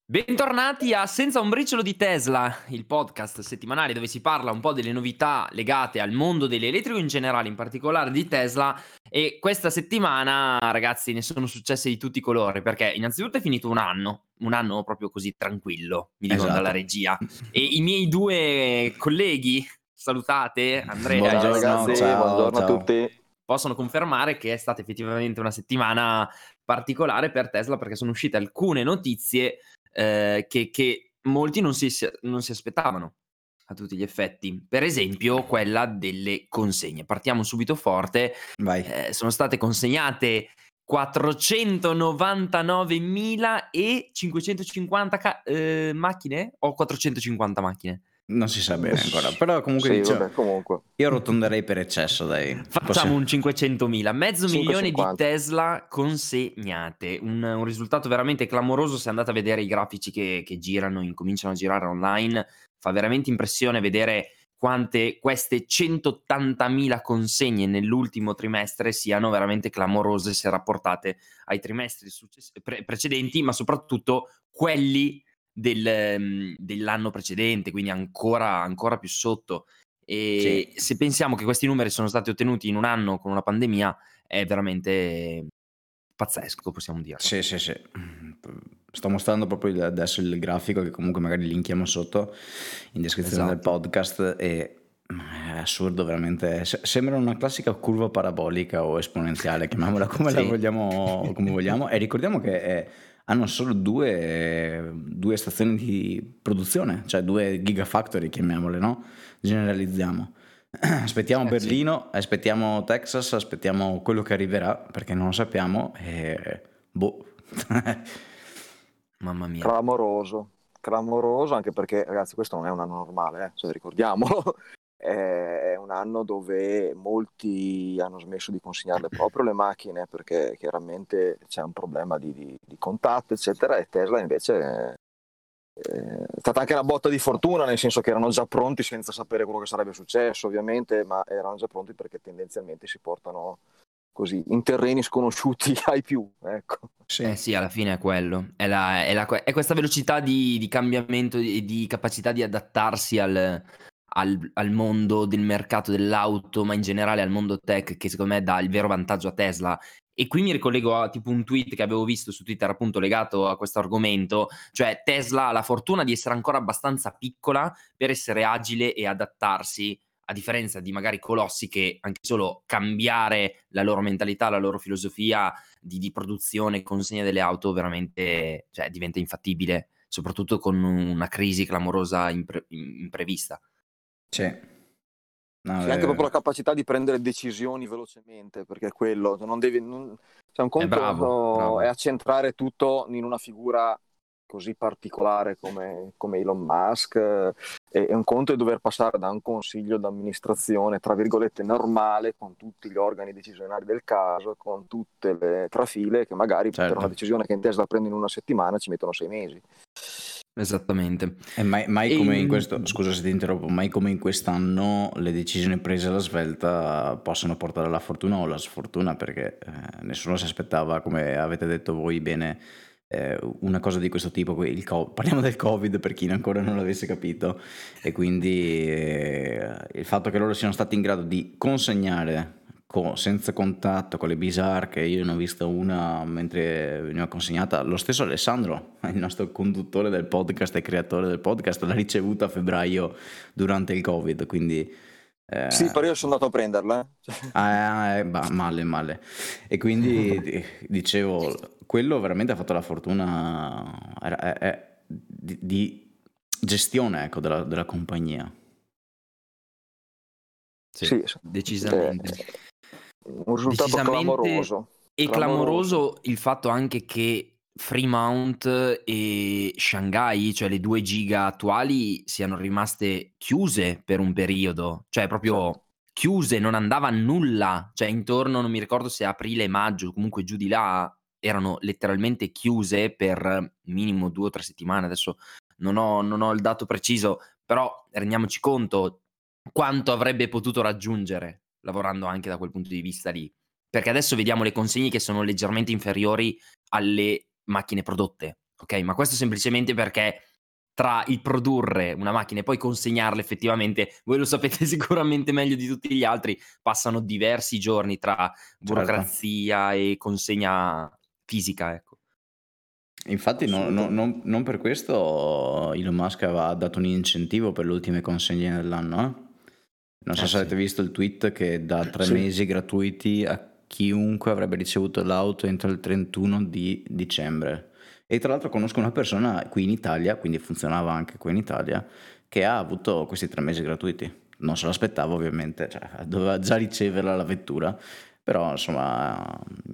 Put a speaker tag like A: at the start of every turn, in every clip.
A: Bentornati a Senza un briciolo di Tesla, il podcast settimanale dove si parla un po' delle novità legate al mondo dell'elettrico in generale, in particolare di Tesla. E questa settimana, ragazzi, ne sono successe di tutti i colori, perché innanzitutto è finito un anno proprio così tranquillo, mi dicono dalla
B: Esatto.
A: regia. E i miei due colleghi, salutate, Andrea e
B: Buongiorno,
A: Alessandro,
B: ciao,
C: buongiorno a
B: ciao.
C: tutti.
A: possono confermare che è stata effettivamente una settimana particolare per Tesla, perché sono uscite alcune notizie che molti non si aspettavano a tutti gli effetti. Per esempio quella delle consegne. Partiamo subito forte.
B: Vai.
A: Sono state consegnate 499.550 macchine o 450 macchine?
B: Non si sa bene ancora, però comunque
C: Sì,
B: dicevo,
C: vabbè, comunque.
B: io arrotonderei per eccesso, dai.
A: Facciamo un 500.000, mezzo milione di
C: 5,50.
A: Tesla consegnate, un risultato veramente clamoroso. Se andate a vedere i grafici che girano, incominciano a girare online, fa veramente impressione vedere quante queste 180.000 consegne nell'ultimo trimestre siano veramente clamorose se rapportate ai trimestri precedenti, ma soprattutto quelli dell'anno precedente, quindi ancora più sotto. E
B: Sì.
A: se pensiamo che questi numeri sono stati ottenuti in un anno con una pandemia, è veramente pazzesco, possiamo dirlo.
B: Sì. Sto mostrando proprio adesso il grafico, che comunque magari linkiamo sotto in descrizione del
A: Esatto.
B: podcast, e è assurdo veramente. Sembra una classica curva parabolica o esponenziale, chiamiamola come la
A: Sì.
B: vogliamo, come vogliamo. E ricordiamo che hanno solo due stazioni di produzione, cioè 2 gigafactory, chiamiamole, no? Generalizziamo. Aspettiamo
A: Sì.
B: Berlino, aspettiamo Texas, aspettiamo quello che arriverà, perché non lo sappiamo, e boh.
A: Mamma mia.
C: Clamoroso, anche perché, ragazzi, questo non è un anno normale, cioè, ricordiamolo. È un anno dove molti hanno smesso di consegnarle proprio le macchine, perché chiaramente c'è un problema di contatto, eccetera, e Tesla invece è stata anche una botta di fortuna, nel senso che erano già pronti senza sapere quello che sarebbe successo, ovviamente, ma erano già pronti perché tendenzialmente si portano così in terreni sconosciuti ai più, ecco.
A: Sì, alla fine è quello. È questa velocità di cambiamento e di capacità di adattarsi al mondo del mercato dell'auto, ma in generale al mondo tech, che secondo me dà il vero vantaggio a Tesla. E qui mi ricollego a tipo un tweet che avevo visto su Twitter, appunto legato a questo argomento, cioè Tesla ha la fortuna di essere ancora abbastanza piccola per essere agile e adattarsi, a differenza di magari colossi che anche solo cambiare la loro mentalità, la loro filosofia di produzione e consegna delle auto veramente, cioè, diventa infattibile, soprattutto con una crisi clamorosa imprevista.
B: Sì. No,
C: Sì, anche proprio la capacità di prendere decisioni velocemente, perché è quello, cioè un conto
A: bravo.
C: è accentrare tutto in una figura così particolare come Elon Musk, e un conto è dover passare da un consiglio d'amministrazione, tra virgolette, normale, con tutti gli organi decisionali del caso, con tutte le trafile, che magari per una
B: certo.
C: decisione che in Tesla prende in una settimana ci mettono 6 mesi.
A: Esattamente.
B: E mai come in questo, scusa se ti interrompo, mai come in quest'anno le decisioni prese alla svelta possono portare alla fortuna o alla sfortuna, perché nessuno si aspettava, come avete detto voi bene, una cosa di questo tipo. Parliamo del Covid, per chi ancora non l'avesse capito, e quindi il fatto che loro siano stati in grado di consegnare senza contatto con le bizarre, che io ne ho vista una mentre veniva consegnata, lo stesso Alessandro, il nostro conduttore del podcast e creatore del podcast, l'ha ricevuta a febbraio durante il Covid, quindi
C: Sì, però io sono andato a prenderla.
B: male. E quindi dicevo, quello veramente ha fatto la fortuna di gestione, ecco, della compagnia.
A: Sì, decisamente.
C: Un risultato clamoroso.
A: E clamoroso il fatto anche che Fremont e Shanghai, cioè le 2 giga attuali, siano rimaste chiuse per un periodo, cioè proprio
C: Certo.
A: chiuse, non andava nulla, cioè intorno, non mi ricordo se aprile e maggio, comunque giù di là, erano letteralmente chiuse per minimo 2 o 3 settimane. Adesso non ho il dato preciso, però rendiamoci conto quanto avrebbe potuto raggiungere lavorando anche da quel punto di vista lì. Perché adesso vediamo le consegne che sono leggermente inferiori alle macchine prodotte, ok? Ma questo semplicemente perché tra il produrre una macchina e poi consegnarla effettivamente, voi lo sapete sicuramente meglio di tutti gli altri, passano diversi giorni tra
B: Certo.
A: burocrazia e consegna fisica, ecco.
B: Infatti non per questo Elon Musk aveva dato un incentivo per le ultime consegne dell'anno, eh? Non so se
A: Sì.
B: avete visto il tweet che dà 3
C: Sì.
B: mesi gratuiti a chiunque avrebbe ricevuto l'auto entro il 31 di dicembre. E tra l'altro conosco una persona qui in Italia, quindi funzionava anche qui in Italia, che ha avuto questi 3 mesi gratuiti. Non se l'aspettava ovviamente, cioè doveva già riceverla la vettura, però insomma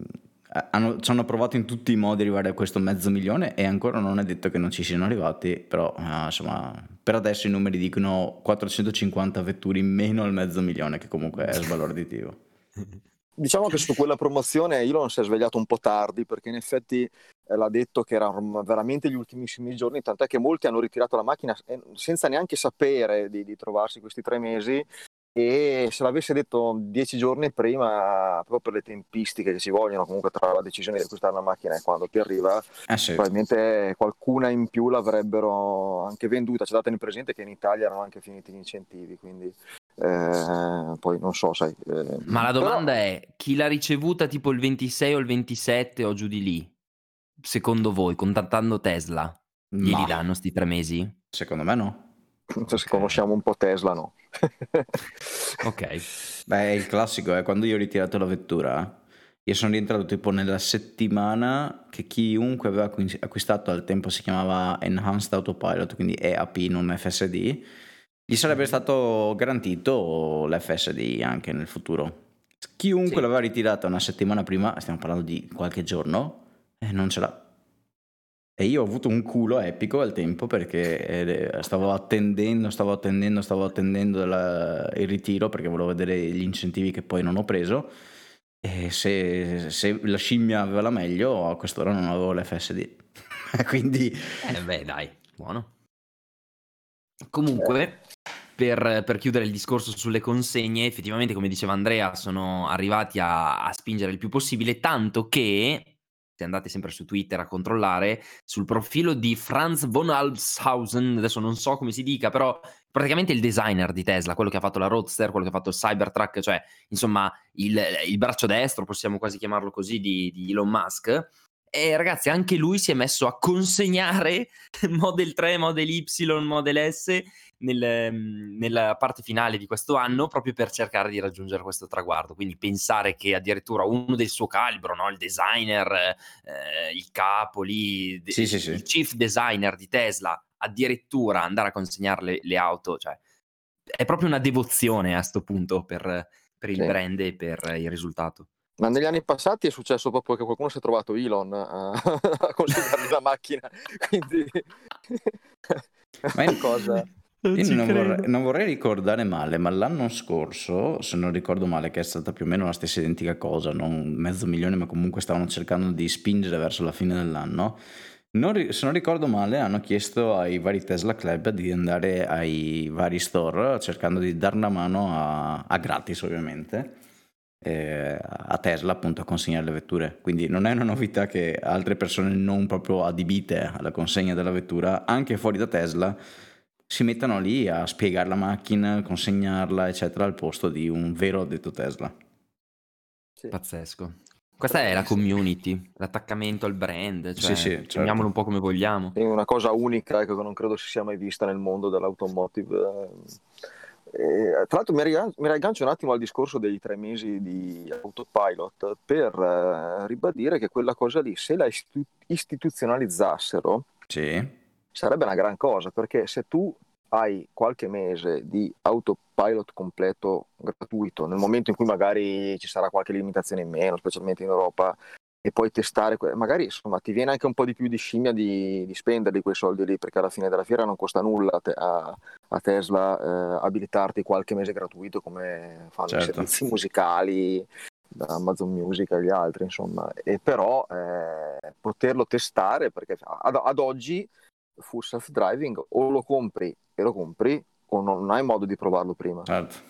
B: ci hanno provato in tutti i modi ad arrivare a questo 500.000 e ancora non è detto che non ci siano arrivati, però insomma per adesso i numeri dicono 450 vetture in meno al 500.000, che comunque è sbalorditivo.
C: Diciamo che su quella promozione Elon si è svegliato un po' tardi, perché in effetti l'ha detto che erano veramente gli ultimissimi giorni, tant'è che molti hanno ritirato la macchina senza neanche sapere di trovarsi questi 3 mesi, e se l'avesse detto 10 giorni prima, proprio per le tempistiche che ci vogliono comunque tra la decisione di acquistare una macchina e quando ti arriva,
B: Sì.
C: probabilmente qualcuna in più l'avrebbero anche venduta. C'è dato in presente che in Italia erano anche finiti gli incentivi, quindi poi non so, sai.
A: Ma la domanda
C: Però,
A: è: chi l'ha ricevuta tipo il 26 o il 27 o giù di lì, secondo voi, contattando Tesla, glieli
B: Ma
A: danno 'sti 3 mesi?
B: secondo me no.
C: se conosciamo un po' Tesla, no.
A: Okay.
B: Beh, è il classico, quando io ho ritirato la vettura, io sono rientrato tipo nella settimana che chiunque aveva acquistato, al tempo si chiamava Enhanced Autopilot, quindi EAP, non FSD, gli sarebbe stato garantito l'FSD anche nel futuro. Chiunque
A: Sì.
B: l'aveva ritirata una settimana prima, stiamo parlando di qualche giorno, non ce l'ha. E io ho avuto un culo epico al tempo perché stavo attendendo il ritiro perché volevo vedere gli incentivi che poi non ho preso, e se la scimmia aveva la meglio, a quest'ora non avevo l'FSD. Quindi
A: Beh dai, buono.
C: Eh,
A: Comunque, per chiudere il discorso sulle consegne, effettivamente come diceva Andrea sono arrivati a spingere il più possibile, tanto che, se andate sempre su Twitter a controllare, sul profilo di Franz von Altshausen, adesso non so come si dica, però praticamente il designer di Tesla, quello che ha fatto la Roadster, quello che ha fatto il Cybertruck, cioè insomma il braccio destro, possiamo quasi chiamarlo così, di Elon Musk. E ragazzi, anche lui si è messo a consegnare Model 3, Model Y, Model S nella parte finale di questo anno, proprio per cercare di raggiungere questo traguardo. Quindi pensare che addirittura uno del suo calibro, no, il designer, il capo lì,
B: sì,
A: il chief designer di Tesla, addirittura andare a consegnare le auto, cioè è proprio una devozione a 'sto punto per il
C: sì.
A: brand e per il risultato.
C: Ma negli anni passati è successo proprio che qualcuno si è trovato Elon a consegnargli la macchina, quindi è
B: Ma
C: una cosa.
B: io non vorrei ricordare male, ma l'anno scorso, se non ricordo male, che è stata più o meno la stessa identica cosa, non 500.000, ma comunque stavano cercando di spingere verso la fine dell'anno. Se non ricordo male, hanno chiesto ai vari Tesla Club di andare ai vari store cercando di dare una mano a gratis, ovviamente, a Tesla, appunto, a consegnare le vetture. Quindi non è una novità che altre persone non proprio adibite alla consegna della vettura, anche fuori da Tesla, si mettano lì a spiegare la macchina, consegnarla, eccetera, al posto di un vero addetto Tesla.
C: Sì.
A: Pazzesco. Questa è la
C: Sì.
A: community, l'attaccamento al brand,
B: Sì,
A: cioè
B: sì,
A: chiamiamolo un
B: certo.
A: po' come vogliamo.
C: È una cosa unica, ecco, che non credo si sia mai vista nel mondo dell'automotive. Tra l'altro mi riaggancio un attimo al discorso dei 3 mesi di autopilot per ribadire che quella cosa lì, se la istituzionalizzassero,
B: Sì,
C: sarebbe una gran cosa, perché se tu hai qualche mese di autopilot completo gratuito, nel momento in cui magari ci sarà qualche limitazione in meno, specialmente in Europa, e poi testare, magari insomma ti viene anche un po' di più di scimmia di spenderli quei soldi lì, perché alla fine della fiera non costa nulla a Tesla abilitarti qualche mese gratuito come fanno i
B: certo.
C: servizi musicali da Amazon Music e gli altri, insomma, e però poterlo testare, perché ad oggi full self driving o lo compri e lo compri o non hai modo di provarlo prima.
B: Certo.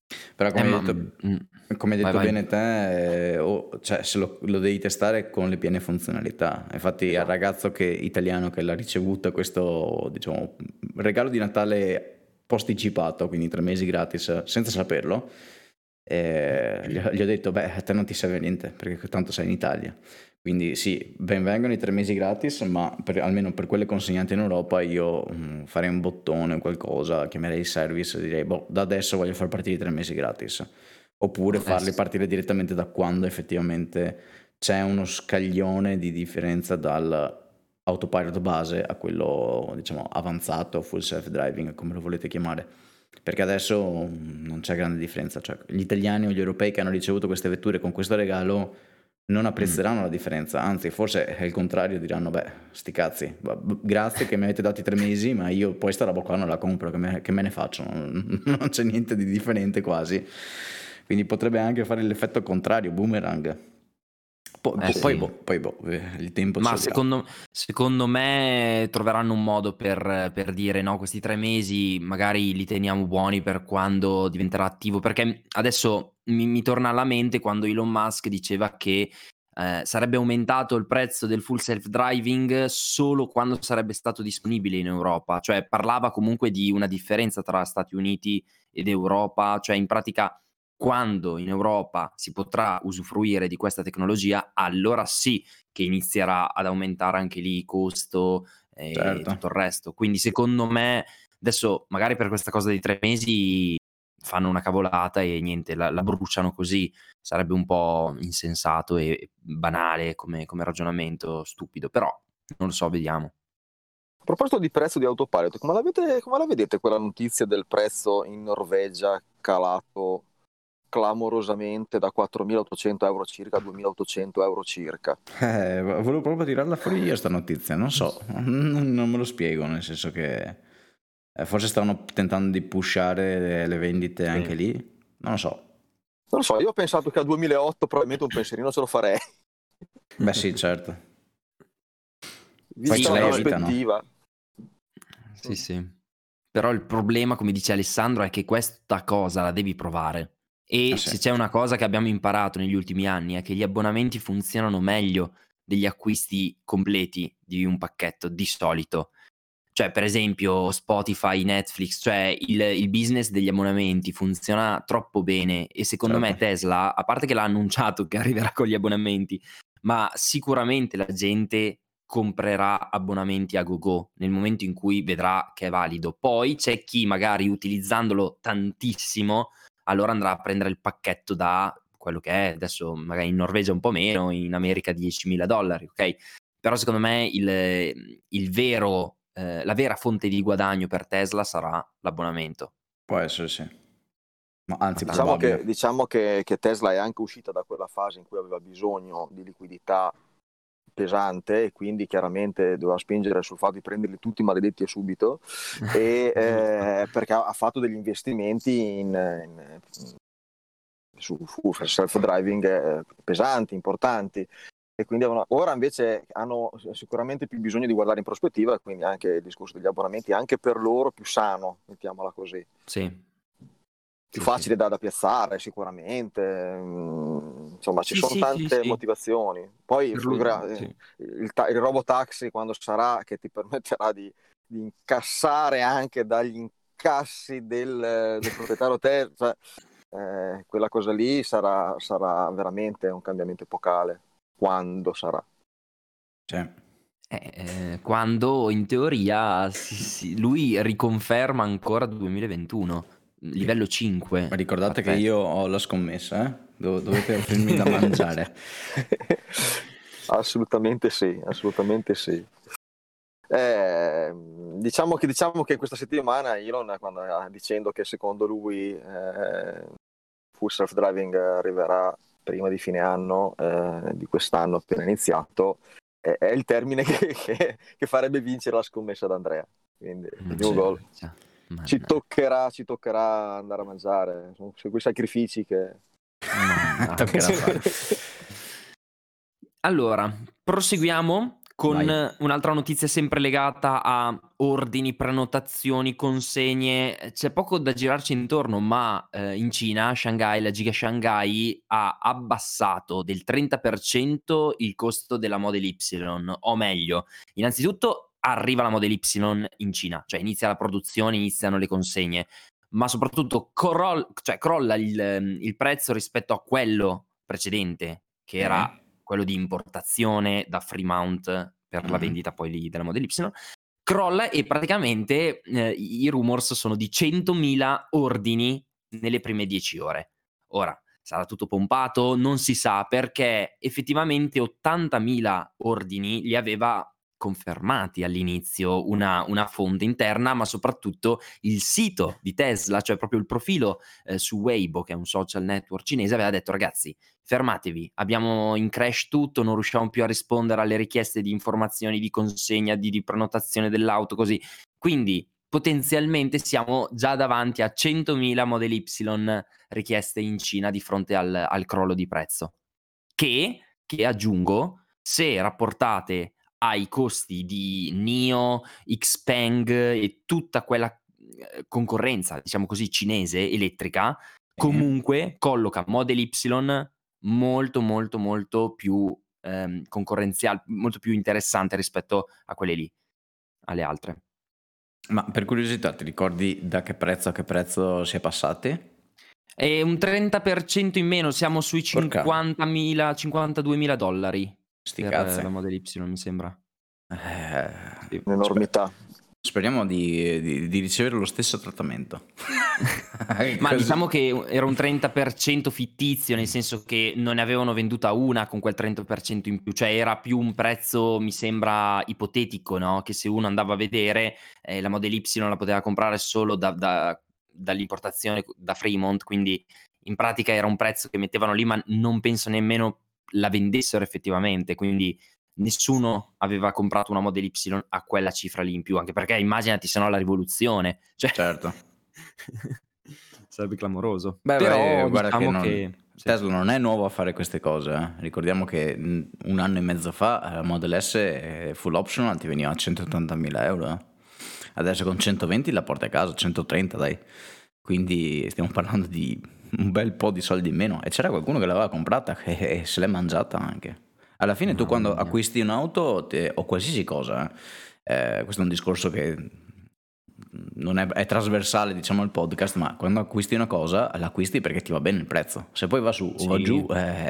B: Però come
A: Ma
B: hai
A: vai,
B: detto
A: vai.
B: bene te, cioè, se lo devi testare con le piene funzionalità. Infatti al
C: Esatto.
B: ragazzo italiano che l'ha ricevuto questo, diciamo, regalo di Natale posticipato, quindi 3 mesi gratis, senza saperlo, gli ho detto, beh, a te non ti serve a niente, perché tanto sei in Italia. Quindi sì, ben vengano i 3 mesi gratis, ma almeno per quelle consegnate in Europa io farei un bottone o qualcosa, chiamerei il service e direi, boh, da adesso voglio far partire i 3 mesi gratis. Oppure farli
A: Sì.
B: partire direttamente da quando effettivamente c'è uno scaglione di differenza dal autopilot base a quello, diciamo, avanzato, full self-driving, come lo volete chiamare. Perché adesso non c'è grande differenza, cioè gli italiani o gli europei che hanno ricevuto queste vetture con questo regalo non apprezzeranno la differenza, anzi forse è il contrario, diranno beh, sti cazzi, grazie che mi avete dato i 3 mesi, ma io poi sta roba qua non la compro, che me ne faccio, non c'è niente di differente quasi, quindi potrebbe anche fare l'effetto contrario, boomerang.
A: Sì.
B: Il tempo
A: Ma
B: ce lo dirà.
A: secondo me troveranno un modo per dire: "No, questi 3 mesi magari li teniamo buoni per quando diventerà attivo", perché adesso mi torna alla mente quando Elon Musk diceva che, sarebbe aumentato il prezzo del full self-driving solo quando sarebbe stato disponibile in Europa, cioè parlava comunque di una differenza tra Stati Uniti ed Europa, cioè in pratica quando in Europa si potrà usufruire di questa tecnologia, allora sì che inizierà ad aumentare anche lì costo e
B: Certo.
A: tutto il resto. Quindi secondo me adesso magari per questa cosa dei 3 mesi fanno una cavolata e niente, la bruciano così. Sarebbe un po' insensato e banale come ragionamento, stupido, però non lo so, vediamo.
C: A proposito di prezzo di autopilot, come la vedete quella notizia del prezzo in Norvegia calato clamorosamente da 4.800 euro circa a 2.800 euro circa?
B: Volevo proprio tirarla fuori io sta notizia, non so, non me lo spiego, nel senso che forse stavano tentando di pushare le vendite
C: Sì.
B: anche lì, non lo so.
C: Non lo so, io ho pensato che a 2008 probabilmente un pensierino ce lo farei.
B: Beh sì, certo. Poi
A: Sì,
C: Vista
B: ce
C: la
B: l'hai a
A: però
B: vita, no?
C: prospettiva.
A: sì, sì. Però il problema, come dice Alessandro, è che questa cosa la devi provare.
B: Ah
A: E
B: sì.
A: se c'è una cosa che abbiamo imparato negli ultimi anni è che gli abbonamenti funzionano meglio degli acquisti completi di un pacchetto, di solito. Cioè, per esempio Spotify, Netflix, cioè il business degli abbonamenti funziona troppo bene e secondo
B: Certo.
A: me Tesla, a parte che l'ha annunciato che arriverà con gli abbonamenti, ma sicuramente la gente comprerà abbonamenti a go-go nel momento in cui vedrà che è valido. Poi c'è chi magari utilizzandolo tantissimo, allora andrà a prendere il pacchetto da quello che è, adesso magari in Norvegia un po' meno, in America $10.000, okay? Però secondo me il vero la vera fonte di guadagno per Tesla sarà l'abbonamento.
B: Può essere sì, ma
A: Ma
B: anzi
C: Diciamo
A: tanto.
C: che,
B: probabile.
C: diciamo che, che Tesla è anche uscita da quella fase in cui aveva bisogno di liquidità pesante e quindi chiaramente doveva spingere sul fatto di prenderli tutti maledetti e subito e,
A: Giusto.
C: perché ha fatto degli investimenti su self-driving pesanti, importanti e quindi ora invece hanno sicuramente più bisogno di guardare in prospettiva e quindi anche il discorso degli abbonamenti anche per loro più sano, mettiamola così.
A: Sì.
C: Più
A: Sì, sì.
C: facile da piazzare sicuramente, insomma ci
A: Sì,
C: sono
A: sì, sì,
C: tante
A: sì.
C: motivazioni. Poi
A: Per lo sì.
C: il robotaxi quando sarà che ti permetterà di incassare anche dagli incassi del proprietario Tesla, quella cosa lì sarà veramente un cambiamento epocale, quando sarà.
B: Sì.
A: Quando in teoria lui riconferma ancora 2021, livello 5,
B: Ricordate che io
A: pazzesco.
B: ho la scommessa, eh? Dovete offrirmi da mangiare.
C: Assolutamente sì, assolutamente sì. Diciamo che questa settimana Elon, dicendo che secondo lui full self-driving arriverà prima di fine anno di quest'anno appena iniziato, è il termine che farebbe vincere la scommessa ad Andrea. Quindi new goal.
A: Mannaggia,
C: Ci
A: manna
C: toccherà andare a mangiare, sono quei sacrifici che...
B: Toccherà
A: mannaggia.
B: fare.
A: Allora, proseguiamo Con
B: Vai.
A: un'altra notizia sempre legata a ordini, prenotazioni, consegne, c'è poco da girarci intorno, ma, in Cina, Shanghai, la Giga Shanghai ha abbassato del 30% il costo della Model Y, o meglio, innanzitutto arriva la Model Y in Cina, cioè inizia la produzione, iniziano le consegne, ma soprattutto crolla il prezzo rispetto a quello precedente, che
B: Ok.
A: era quello di importazione da Fremont per la
B: Mhm.
A: vendita poi lì della Model Y, crolla e praticamente, i rumors sono di 100.000 ordini nelle prime 10 ore. Ora, sarà tutto pompato? Non si sa, perché effettivamente 80.000 ordini li aveva confermati all'inizio una fonte interna, ma soprattutto il sito di Tesla, cioè proprio il profilo, su Weibo, che è un social network cinese, aveva detto: "Ragazzi, fermatevi, abbiamo in crash tutto, non riusciamo più a rispondere alle richieste di informazioni, di consegna, di prenotazione dell'auto, così. Quindi potenzialmente siamo già davanti a 100.000 Model Y richieste in Cina di fronte al crollo di prezzo. Che aggiungo, se rapportate ai costi di NIO, Xpeng e tutta quella, concorrenza, diciamo così, cinese elettrica,
B: Sì.
A: comunque colloca Model Y molto, molto, molto più, molto più interessante rispetto a quelle lì, alle altre.
B: Ma per curiosità, ti ricordi da che prezzo a che prezzo si è passati?
A: Un 30% in meno, siamo sui
B: Porca,
A: 50.000, $52.000
B: sti
A: per
B: cazzi.
A: la Model Y, mi sembra.
B: Eh,
A: Sì.
C: Un'enormità.
B: speriamo di ricevere lo stesso trattamento.
A: Ma
B: Così.
A: diciamo che era un 30% fittizio, nel senso che non ne avevano venduta una con quel 30% in più, cioè era più un prezzo, mi sembra, ipotetico, no, che se uno andava a vedere, la Model Y la poteva comprare solo dall'importazione da Fremont, quindi in pratica era un prezzo che mettevano lì, ma non penso nemmeno la vendessero effettivamente, quindi nessuno aveva comprato una Model Y a quella cifra lì in più, anche perché immaginati se no la rivoluzione, cioè
B: Certo.
A: sarebbe clamoroso.
B: Beh,
A: Però
B: guarda che
A: diciamo che sì.
B: Tesla non è nuovo a fare queste cose, eh. Ricordiamo che un anno e mezzo fa la Model S full optional ti veniva a 180.000 euro. Adesso con 120 la porti a casa, 130 dai. Quindi stiamo parlando di un bel po' di soldi in meno. E c'era qualcuno che l'aveva comprata e se l'è mangiata anche. Alla fine tu
A: Mamma
B: quando
A: mia.
B: acquisti un'auto o qualsiasi cosa, questo è un discorso che non è trasversale, diciamo, al podcast, ma quando acquisti una cosa, l'acquisti perché ti va bene il prezzo. Se poi va su o va
A: Sì,
B: giù,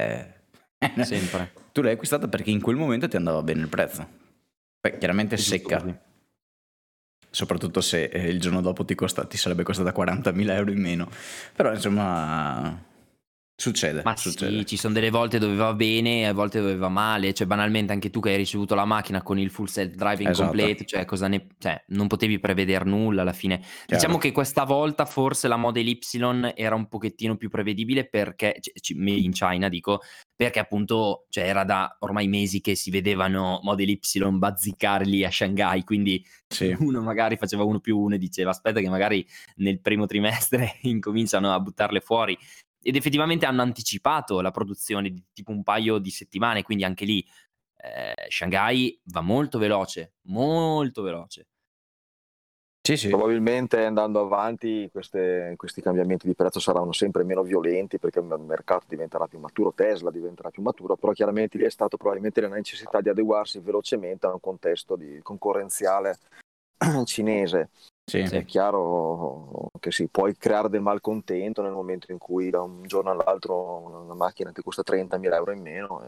A: sempre.
B: tu l'hai acquistata perché in quel momento ti andava bene il prezzo. Poi chiaramente
A: È giusto
B: secca,
A: così.
B: soprattutto se il giorno dopo ti sarebbe costata 40.000 euro in meno. Però insomma,
A: Ma
B: succede.
A: sì, ci son delle volte dove va bene e a volte dove va male. Cioè, banalmente anche tu che hai ricevuto la macchina con il full self driving
B: Esatto,
A: completo, cioè non potevi preveder nulla alla fine.
B: chiaro.
A: Diciamo che questa volta forse la Model Y era un pochettino più prevedibile perché made in China dico, perché appunto, cioè era da ormai mesi che si vedevano Model Y bazzicare lì a Shanghai, quindi
B: Sì.
A: uno magari faceva 1+1 e diceva: "Aspetta che magari nel primo trimestre incominciano a buttarle fuori". Ed effettivamente hanno anticipato la produzione di tipo un paio di settimane, quindi anche lì, Shanghai va molto veloce, molto veloce.
B: Sì, sì,
C: Probabilmente andando avanti questi cambiamenti di prezzo saranno sempre meno violenti perché il mercato diventerà più maturo, Tesla diventerà più maturo, però chiaramente lì è stato probabilmente la necessità di adeguarsi velocemente a un contesto concorrenziale cinese.
B: sì.
C: È
A: Sì.
C: chiaro che sì, puoi creare del malcontento nel momento in cui da un giorno all'altro una macchina ti costa 30.000 euro in meno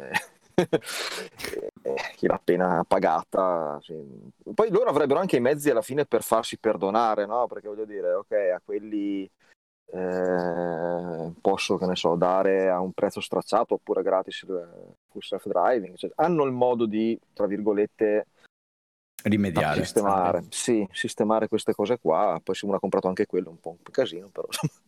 C: e chi l'ha appena pagata. Sì. Poi loro avrebbero anche i mezzi alla fine per farsi perdonare, no? Perché voglio dire, ok, a quelli posso, che ne so, dare a un prezzo stracciato oppure gratis il full self driving, cioè, hanno il modo di, tra virgolette,
B: Rimediare.
C: sistemare queste cose qua. Poi se uno ha comprato anche quello un po' un casino, però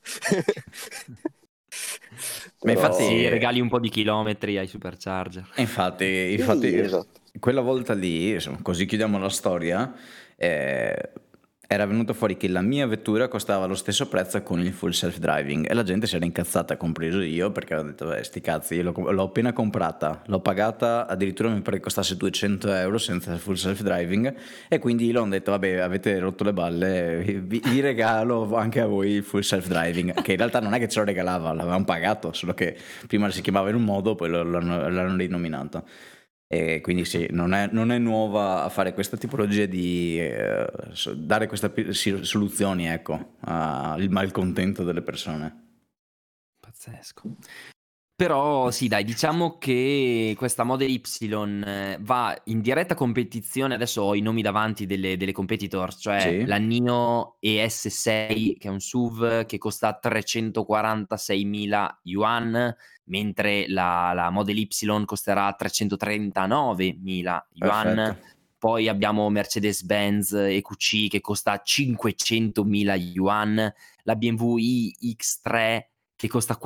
B: Ma
A: Sì,
B: infatti,
A: regali un po' di chilometri ai supercharger.
C: sì,
B: infatti,
C: esatto.
B: quella volta lì, insomma, così chiudiamo la storia, era venuto fuori che la mia vettura costava lo stesso prezzo con il full self-driving e la gente si era incazzata, compreso io, perché ho detto, sti cazzi, io l'ho appena comprata, l'ho pagata, addirittura mi pare che costasse 200 euro senza il full self-driving, e quindi l'ho detto, vabbè, avete rotto le balle, vi regalo anche a voi il full self-driving, che in realtà non è che ce lo regalava, l'avevamo pagato, solo che prima si chiamava in un modo, poi l'hanno rinominato. E quindi sì, non è nuova a fare questa tipologia di dare queste soluzioni, ecco, al malcontento delle persone.
A: Pazzesco. Però sì, dai, diciamo che questa Model Y va in diretta competizione, adesso ho i nomi davanti delle competitors, cioè
B: Sì,
A: la NIO ES6 che è un SUV che costa 346.000 yuan, mentre la Model Y costerà 339.000 yuan.
B: perfetto.
A: Poi abbiamo Mercedes-Benz EQC che costa 500.000 yuan, la BMW iX3 che costa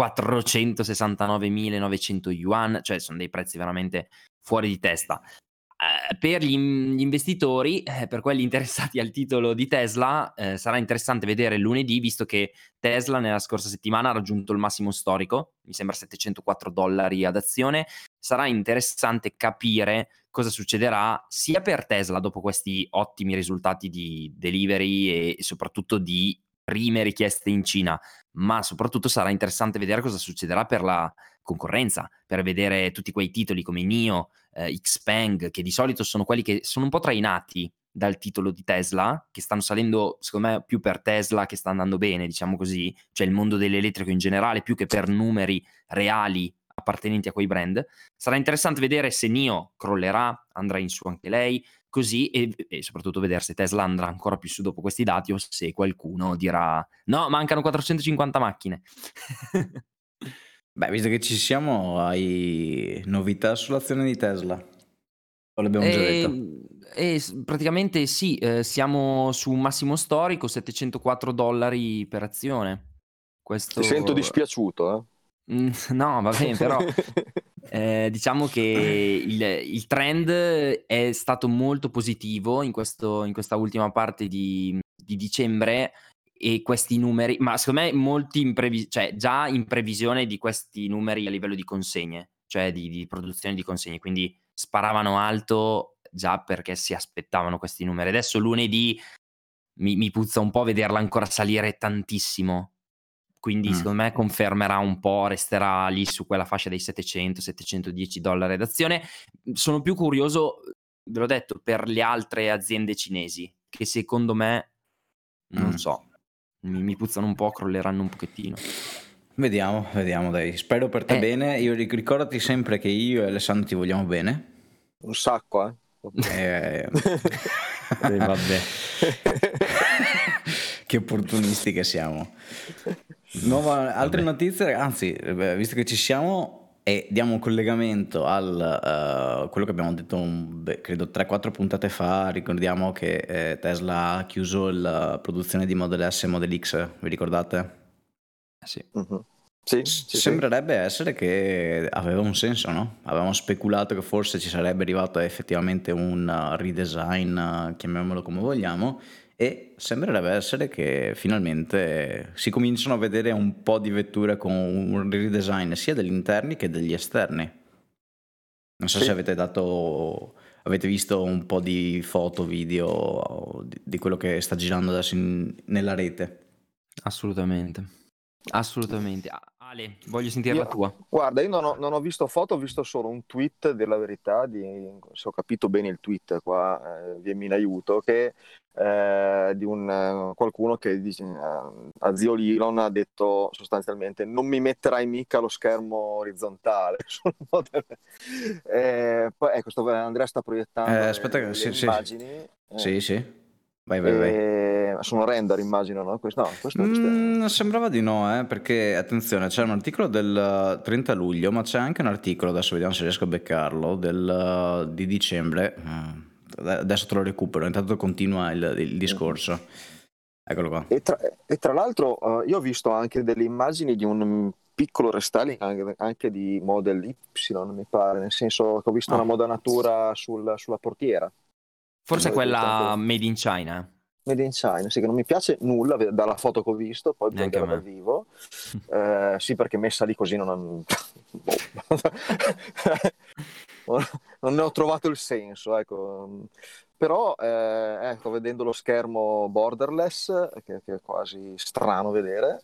A: 469.900 yuan, cioè sono dei prezzi veramente fuori di testa. Per gli investitori, per quelli interessati al titolo di Tesla, sarà interessante vedere lunedì, visto che Tesla nella scorsa settimana ha raggiunto il massimo storico, mi sembra $704 ad azione. Sarà interessante capire cosa succederà sia per Tesla dopo questi ottimi risultati di delivery e soprattutto di prime richieste in Cina, ma soprattutto sarà interessante vedere cosa succederà per la concorrenza, per vedere tutti quei titoli come NIO, Xpeng, che di solito sono quelli che sono un po' trainati dal titolo di Tesla, che stanno salendo secondo me più per Tesla che sta andando bene, diciamo così, cioè il mondo dell'elettrico in generale, più che per numeri reali appartenenti a quei brand. Sarà interessante vedere se NIO crollerà, andrà in su anche lei, così e soprattutto vedere se Tesla andrà ancora più su dopo questi dati o se qualcuno dirà no, mancano 450 macchine.
B: Beh, visto che ci siamo, hai novità sull'azione di Tesla? O l'abbiamo già detto?
A: Praticamente sì, siamo su un massimo storico, $704 per azione.
C: Ti sento
A: Questo
C: dispiaciuto,
A: no, va bene, però
C: eh?
A: diciamo che il trend è stato molto positivo in questa ultima parte di dicembre e questi numeri ma secondo me molti cioè già in previsione di questi numeri a livello di consegne, cioè di produzione di consegne, quindi sparavano alto già perché si aspettavano questi numeri. Adesso lunedì mi puzza un po' vederla ancora salire tantissimo. Quindi
B: Mm.
A: secondo me confermerà un po', resterà lì su quella fascia dei 700-710 $ ad azione. Sono più curioso, ve l'ho detto, per le altre aziende cinesi, che secondo me, non
B: Mm.
A: so, mi puzzano un po', crolleranno un pochettino.
B: Vediamo, dai. Spero per te
A: Eh.
B: bene. Io ricordati sempre che io e Alessandro ti vogliamo bene.
C: Un sacco, eh?
B: Eh,
A: Vabbè.
B: Che opportunisti che siamo. Altre
A: Vabbè.
B: notizie, anzi, visto che ci siamo, diamo un collegamento al quello che abbiamo detto credo 3-4 puntate fa. Ricordiamo che Tesla ha chiuso la produzione di Model S e Model X, vi ricordate?
A: Sì.
C: Mhm. Sì, sì.
B: Sembrerebbe essere che aveva un senso, no? Avevamo speculato che forse ci sarebbe arrivato effettivamente un redesign, chiamiamolo come vogliamo, e sembrerebbe essere che finalmente si cominciano a vedere un po' di vetture con un redesign sia degli interni che degli esterni. Non so se
C: Sì.
B: avete visto un po' di foto, video di quello che sta girando adesso nella rete.
A: Assolutamente. Ale, voglio sentire la tua.
C: Guarda, io non ho visto foto, ho visto solo un tweet della verità, se ho capito bene il tweet qua, viemi in aiuto, che di qualcuno che dice, a zio Elon ha detto sostanzialmente non mi metterai mica lo schermo orizzontale sul Model. Poi ecco, Andrea sta proiettando
B: Aspetta,
C: le
B: sì,
C: immagini.
B: sì. Vai.
C: Sono render, immagino, no? Queste.
B: Sembrava di no, perché attenzione, c'è un articolo del 30 luglio, ma c'è anche un articolo, adesso vediamo se riesco a beccarlo, di dicembre. Adesso te lo recupero, intanto continua il discorso. Eccolo qua.
C: E tra l'altro io ho visto anche delle immagini di un piccolo restyling anche di Model Y, mi pare, nel senso che ho visto una
B: Ah,
C: modanatura sulla portiera.
A: Forse è
C: Avete visto
A: quella
C: anche?
A: made in China.
C: Made in China, sì, che non mi piace nulla dalla foto che ho visto, poi per
A: Neanche a
C: vedere dal
A: me.
C: vivo. Sì, perché messa lì così non non ne ho trovato il senso, ecco. Però ecco, vedendo lo schermo borderless, che è quasi strano vedere,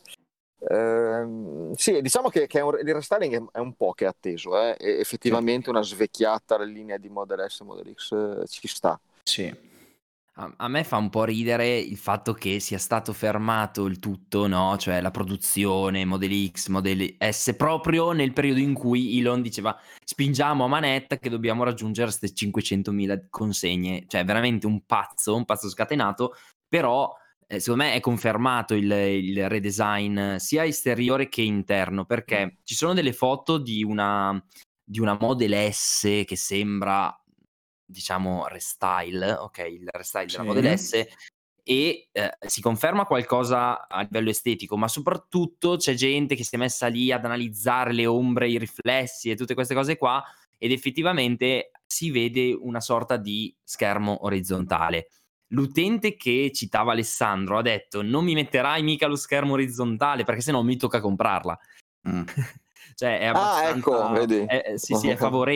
C: sì, diciamo che il restyling è un po' che è atteso, e
B: Sì,
C: effettivamente una svecchiata alla linea di Model S e Model X ci sta.
B: sì,
A: A me fa un po' ridere il fatto che sia stato fermato il tutto, no, cioè la produzione, Model X, Model S, proprio nel periodo in cui Elon diceva: "Spingiamo a manetta che dobbiamo raggiungere 'ste 500.000 consegne." Cioè veramente un pazzo scatenato, però, secondo me è confermato il redesign sia esteriore che interno, perché ci sono delle foto di una Model S che sembra, diciamo, restyle, okay, il restyle della Model
B: sì,
A: S, e, si conferma qualcosa a livello estetico, ma soprattutto c'è gente che si è messa lì ad analizzare le ombre, i riflessi e tutte queste cose qua, ed effettivamente si vede una sorta di schermo orizzontale. L'utente che citava Alessandro ha detto: "Non mi metterai mica lo schermo orizzontale perché se no mi tocca comprarla."
B: mh,
A: Cioè è
C: Ah, ecco,
A: abbastanza
C: vedi.
A: sì,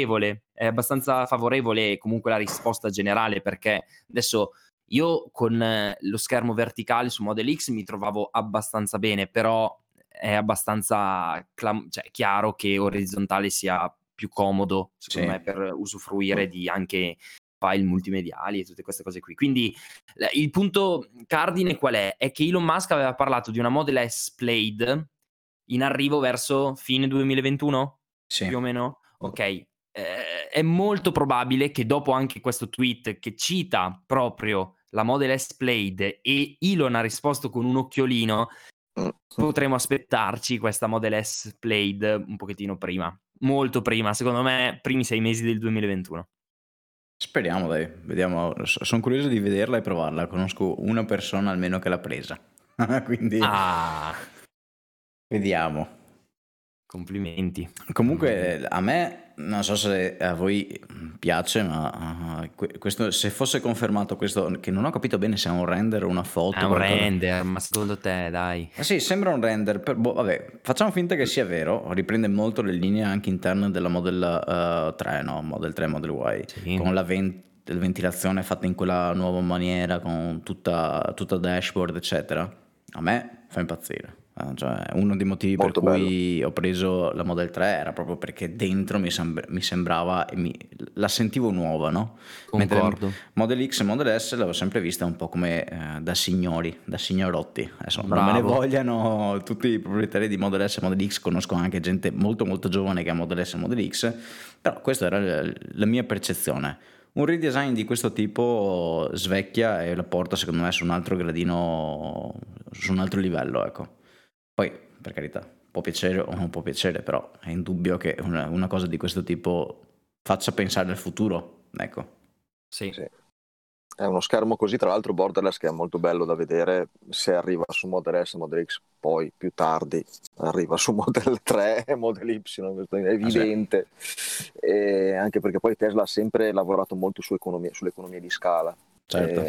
A: è abbastanza favorevole comunque la risposta generale, perché adesso io con lo schermo verticale su Model X mi trovavo abbastanza bene, però è abbastanza cioè chiaro che orizzontale sia più comodo, secondo
B: sì,
A: me, per usufruire di anche file multimediali e tutte queste cose qui. Quindi il punto cardine qual è? È che Elon Musk aveva parlato di una Model S Plaid in arrivo verso fine 2021?
B: sì.
A: Più o meno? Okay. È molto probabile che dopo anche questo tweet che cita proprio la Model S Plaid e Elon ha risposto con un occhiolino,
C: Mm.
A: potremo aspettarci questa Model S Plaid un pochettino prima. Molto prima, secondo me primi 6 mesi del 2021.
B: Speriamo dai, vediamo. Son curioso di vederla e provarla. Conosco una persona almeno che l'ha presa, quindi
A: Ah,
B: vediamo.
A: complimenti, complimenti.
B: Comunque a me, non so se a voi, piace, ma, questo se fosse confermato questo che non ho capito bene se è un render o una
A: È
B: foto,
A: un
B: qualcosa.
A: render, ma secondo te dai.
B: Ma sì, sembra un render, boh, vabbè, facciamo finta che sia vero, riprende molto le linee anche interne della Model 3, no, Model 3, Model Y,
A: Sì.
B: con la ventilazione fatta in quella nuova maniera, con tutta dashboard, eccetera. A me fa impazzire. Cioè, uno dei motivi per
C: Molto bello.
B: cui ho preso la Model 3 era proprio perché dentro mi sembrava, la sentivo nuova, no? Mentre
A: Concordo.
B: Model X e Model S l'avevo sempre vista un po' come da signori, da signorotti. Adesso non me ne
A: Bravo.
B: vogliano tutti i proprietari di Model S e Model X, conosco anche gente molto molto giovane che ha Model S e Model X, però questa era la mia percezione. Un redesign di questo tipo svecchia e la porta secondo me su un altro gradino, su un altro livello, ecco. Poi, per carità, può piacere o non può piacere, però è indubbio che una cosa di questo tipo faccia pensare al futuro, ecco.
A: Sì.
C: Sì. È uno schermo così, tra l'altro borderless, che è molto bello da vedere se arriva su Model S e Model X, poi più tardi arriva su Model 3 e Model Y, questo è
B: Ah sì,
C: evidente. E anche perché poi Tesla ha sempre lavorato molto sull'economia di scala,
B: certo.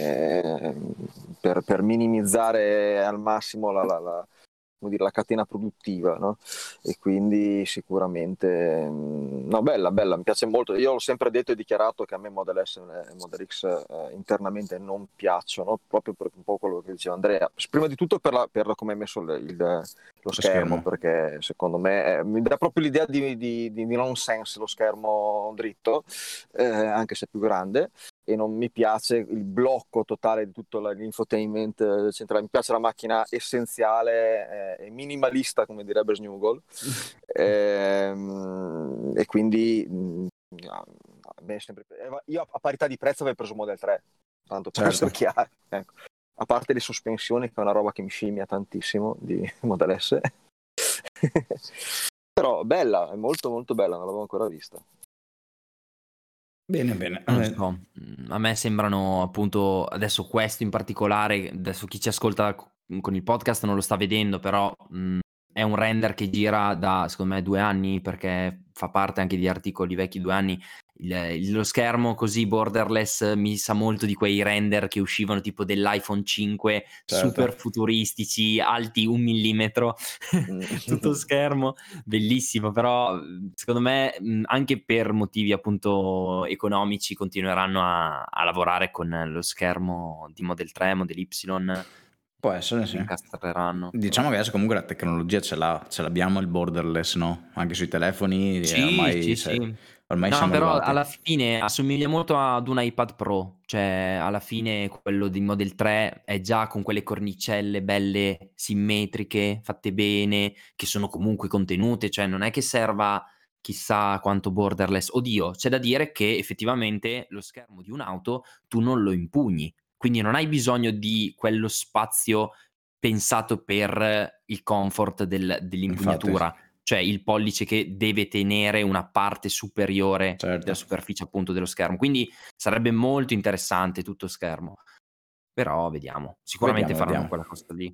C: per minimizzare al massimo come dire, la catena produttiva, no? E quindi sicuramente no, bella, mi piace molto. Io l'ho sempre detto e dichiarato che a me Model S e Model X internamente non piacciono, proprio per un po' quello che diceva Andrea. Prima di tutto per come hai messo lo
B: Lo
C: schermo,
B: schermo.
C: perché secondo me mi dà proprio l'idea di nonsense lo schermo dritto, anche se più grande, e non mi piace il blocco totale di tutto l'infotainment centrale. Mi piace la macchina essenziale e minimalista, come direbbe Snugol, e quindi io a parità di prezzo avrei preso Model 3, tanto per
B: Certo.
C: essere chiari, ecco. A parte le sospensioni, che è una roba che mi scimmia tantissimo di Model S. Però bella, è molto molto bella, non l'avevo ancora vista.
B: Bene, bene.
A: Non so, a me sembrano appunto adesso questo in particolare, adesso chi ci ascolta con il podcast non lo sta vedendo, però, è un render che gira da, secondo me, 2 anni, perché fa parte anche di articoli vecchi 2 anni. Lo schermo così borderless mi sa molto di quei render che uscivano tipo dell'iPhone 5, super
B: Certo.
A: futuristici, alti 1 millimetro, tutto schermo, bellissimo. Però secondo me anche per motivi appunto economici continueranno a lavorare con lo schermo di Model 3, Model Y,
B: Può essere,
A: lo
B: sì.
A: incastreranno.
B: Diciamo che adesso comunque la tecnologia ce l'abbiamo il borderless, no? Anche sui telefoni
A: Sì,
B: ormai,
A: sì, sì.
B: ormai
A: No,
B: siamo
A: però
B: arrivati.
A: alla fine assomiglia molto ad un iPad Pro, cioè alla fine quello di Model 3 è già con quelle cornicelle belle simmetriche, fatte bene, che sono comunque contenute, cioè non è che serva chissà quanto borderless. Oddio, c'è da dire che effettivamente lo schermo di un'auto tu non lo impugni, quindi non hai bisogno di quello spazio pensato per il comfort
B: Infatti,
A: dell'impugnatura, cioè il pollice che deve tenere una parte superiore della
B: certo.
A: superficie appunto dello schermo. Quindi sarebbe molto interessante tutto schermo, però vediamo. Sicuramente
B: Vediamo,
A: faranno
B: vediamo.
A: quella cosa lì.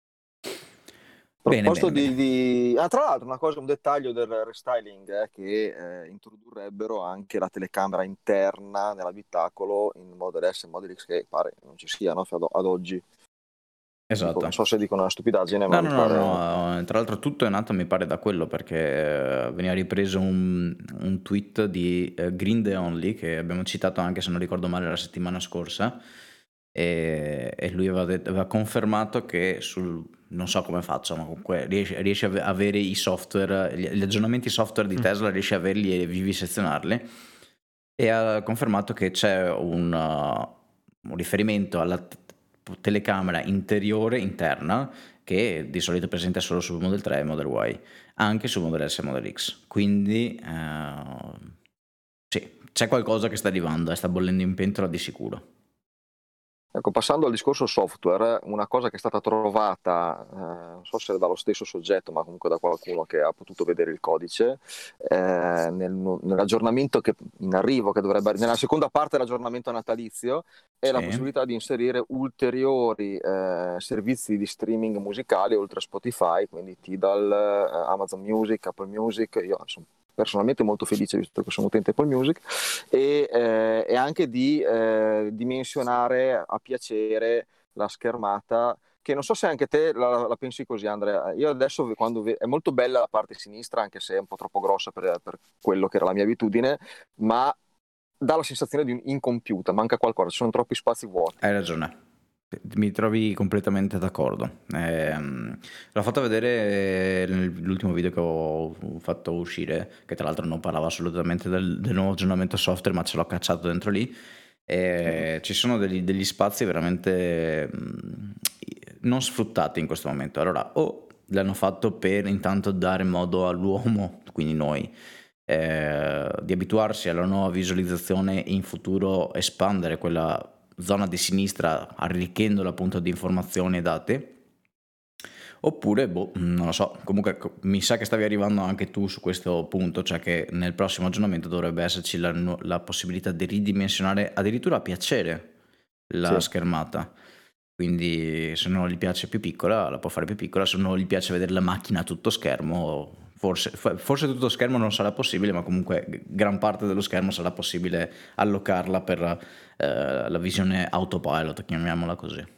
C: A
B: Bene,
C: proposito
B: bene, bene.
C: tra l'altro una cosa, un dettaglio del restyling è che introdurrebbero anche la telecamera interna nell'abitacolo in Model S e Model X, che pare non ci sia, no? Ad oggi. Non
B: Esatto.
C: so se dicono una stupidaggine,
B: No,
C: ma
B: no,
C: mi
B: no,
C: pare...
B: no. Tra l'altro tutto è nato, mi pare, da quello, perché veniva ripreso un tweet di Green The Only, che abbiamo citato anche, se non ricordo male, la settimana scorsa, e lui aveva confermato che non so come faccia, ma comunque riesce a avere i software, gli aggiornamenti software di Tesla, riesce a averli e vivisezionarli, e ha confermato che c'è un riferimento alla telecamera interiore interna, che di solito è presente solo sul Model 3 e Model Y, anche sul Model S e Model X. Quindi sì, c'è qualcosa che sta arrivando e sta bollendo in pentola di sicuro.
C: Ecco, passando al discorso software, una cosa che è stata trovata, non so se dallo stesso soggetto, ma comunque da qualcuno che ha potuto vedere il codice, nell'aggiornamento che in arrivo, che dovrebbe, nella seconda parte dell'aggiornamento natalizio, è la
B: Sì,
C: possibilità di inserire ulteriori servizi di streaming musicali oltre a Spotify, quindi Tidal, Amazon Music, Apple Music. Io sono personalmente molto felice, visto che sono utente Apple Music, e anche di dimensionare a piacere la schermata, che non so se anche te la pensi così, Andrea. Io adesso è molto bella la parte sinistra, anche se è un po' troppo grossa per quello che era la mia abitudine, ma dà la sensazione di incompiuta, manca qualcosa, ci sono troppi spazi vuoti.
B: hai ragione. Mi trovi completamente d'accordo. L'ho fatto vedere nell'ultimo video che ho fatto uscire, che tra l'altro non parlava assolutamente del nuovo aggiornamento software, ma ce l'ho cacciato dentro lì. Ci sono degli spazi veramente non sfruttati in questo momento. Allora, o l'hanno fatto per intanto dare modo all'uomo, quindi noi, di abituarsi alla nuova visualizzazione e in futuro espandere quella zona di sinistra arricchendola appunto di informazioni e dati, oppure non lo so. Comunque mi sa che stavi arrivando anche tu su questo punto, cioè che nel prossimo aggiornamento dovrebbe esserci la possibilità di ridimensionare addirittura a piacere la
C: Sì.
B: schermata. Quindi se non gli piace più piccola, la può fare più piccola. Se non gli piace vedere la macchina a tutto schermo, forse tutto schermo non sarà possibile, ma comunque gran parte dello schermo sarà possibile allocarla per la visione autopilot, chiamiamola così.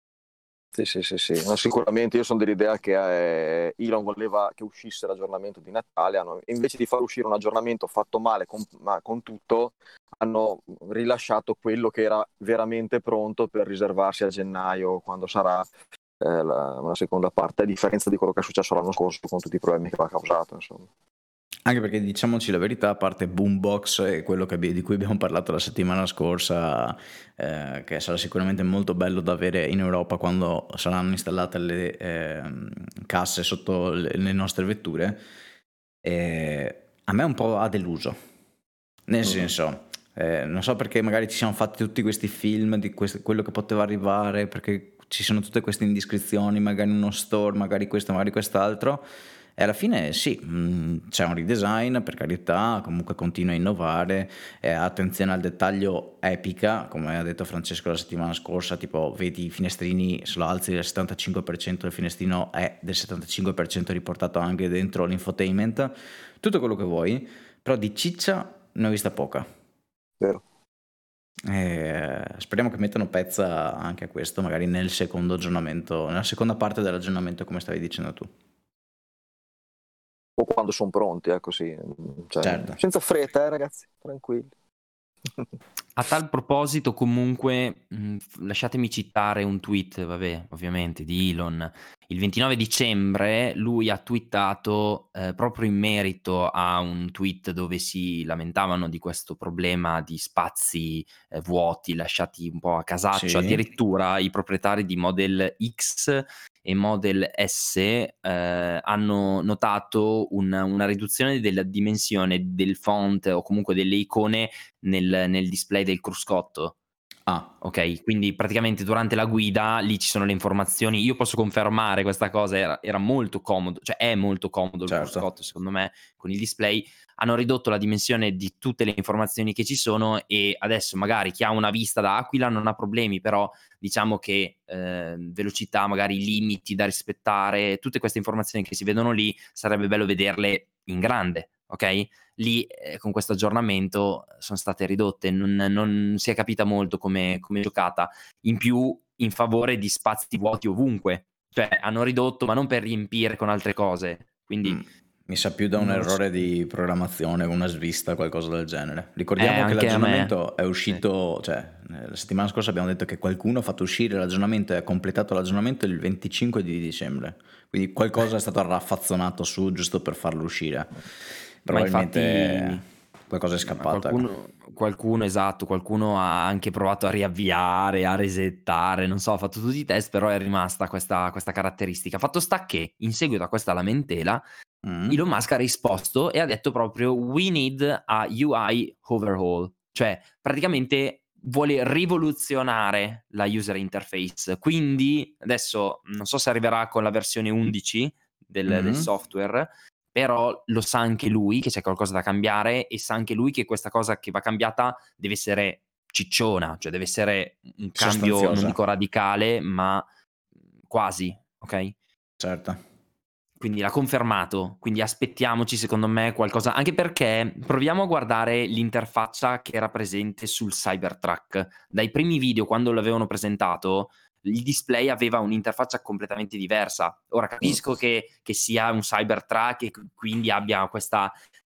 C: Sì. No, sicuramente io sono dell'idea che Elon voleva che uscisse l'aggiornamento di Natale, invece di far uscire un aggiornamento fatto male con tutto, hanno rilasciato quello che era veramente pronto per riservarsi a gennaio, quando sarà una seconda parte, a differenza di quello che è successo l'anno scorso con tutti i problemi che aveva causato, insomma.
B: Anche perché, diciamoci la verità, a parte Boombox e quello di cui abbiamo parlato la settimana scorsa, che sarà sicuramente molto bello da avere in Europa quando saranno installate le casse sotto le nostre vetture, a me un po' ha deluso. Nel senso, non so perché magari ci siamo fatti tutti questi film di quello che poteva arrivare, perché ci sono tutte queste indiscrezioni, magari in uno store, magari questo, magari quest'altro. E alla fine sì, c'è un redesign, per carità, comunque continua a innovare, attenzione al dettaglio epica, come ha detto Francesco la settimana scorsa, tipo vedi i finestrini, se lo alzi del 75% il finestrino è del 75% riportato anche dentro l'infotainment, tutto quello che vuoi, però di ciccia ne ho vista poca.
C: Vero.
B: Speriamo che mettano pezza anche a questo, magari nel secondo aggiornamento, nella seconda parte dell'aggiornamento, come stavi dicendo tu.
C: O quando sono pronti, così. Cioè,
B: Certo.
C: senza fretta, ragazzi, tranquilli.
A: A tal proposito comunque, lasciatemi citare un tweet, vabbè, ovviamente di Elon. Il 29 dicembre lui ha twittato, proprio in merito a un tweet dove si lamentavano di questo problema di spazi, vuoti lasciati un po' a casaccio.
B: Sì.
A: Addirittura i proprietari di Model X e Model S, hanno notato una riduzione della dimensione del font o comunque delle icone nel display del cruscotto.
B: Ah,
A: Ok, quindi praticamente durante la guida lì ci sono le informazioni. Io posso confermare questa cosa, era molto comodo, cioè è molto comodo il
B: certo.
A: cruscotto secondo me con il display. Hanno ridotto la dimensione di tutte le informazioni che ci sono e adesso magari chi ha una vista da aquila non ha problemi, però diciamo che velocità, magari limiti da rispettare, tutte queste informazioni che si vedono lì sarebbe bello vederle in grande, ok? Lì con questo aggiornamento sono state ridotte, non si è capita molto come giocata, in più in favore di spazi vuoti ovunque, cioè hanno ridotto ma non per riempire con altre cose, quindi
B: Mi sa più da un
A: non lo so.
B: errore di programmazione, una svista, qualcosa del genere. Ricordiamo che
A: Anche a me.
B: l'aggiornamento è uscito, cioè la settimana scorsa abbiamo detto che qualcuno ha fatto uscire l'aggiornamento e ha completato l'aggiornamento il 25 di dicembre, quindi qualcosa è stato raffazzonato su giusto per farlo uscire.
A: Ma
B: Probabilmente
A: infatti
B: qualcosa è scappato. Ecco.
A: qualcuno ha anche provato a riavviare, a resettare, non so, ha fatto tutti i test, però è rimasta questa caratteristica. Fatto sta che, in seguito a questa lamentela, Elon Musk ha risposto e ha detto proprio "We need a UI overhaul", cioè praticamente vuole rivoluzionare la user interface. Quindi adesso non so se arriverà con la versione 11 del software, però lo sa anche lui che c'è qualcosa da cambiare e sa anche lui che questa cosa che va cambiata deve essere cicciona, cioè deve essere un cambio, non
B: Sostanziosa.
A: dico radicale, ma quasi, ok?
B: Certo.
A: Quindi l'ha confermato, quindi aspettiamoci secondo me qualcosa, anche perché proviamo a guardare l'interfaccia che era presente sul Cybertruck. Dai primi video, quando l'avevano presentato, il display aveva un'interfaccia completamente diversa. Ora capisco che sia un Cybertruck e quindi abbia questa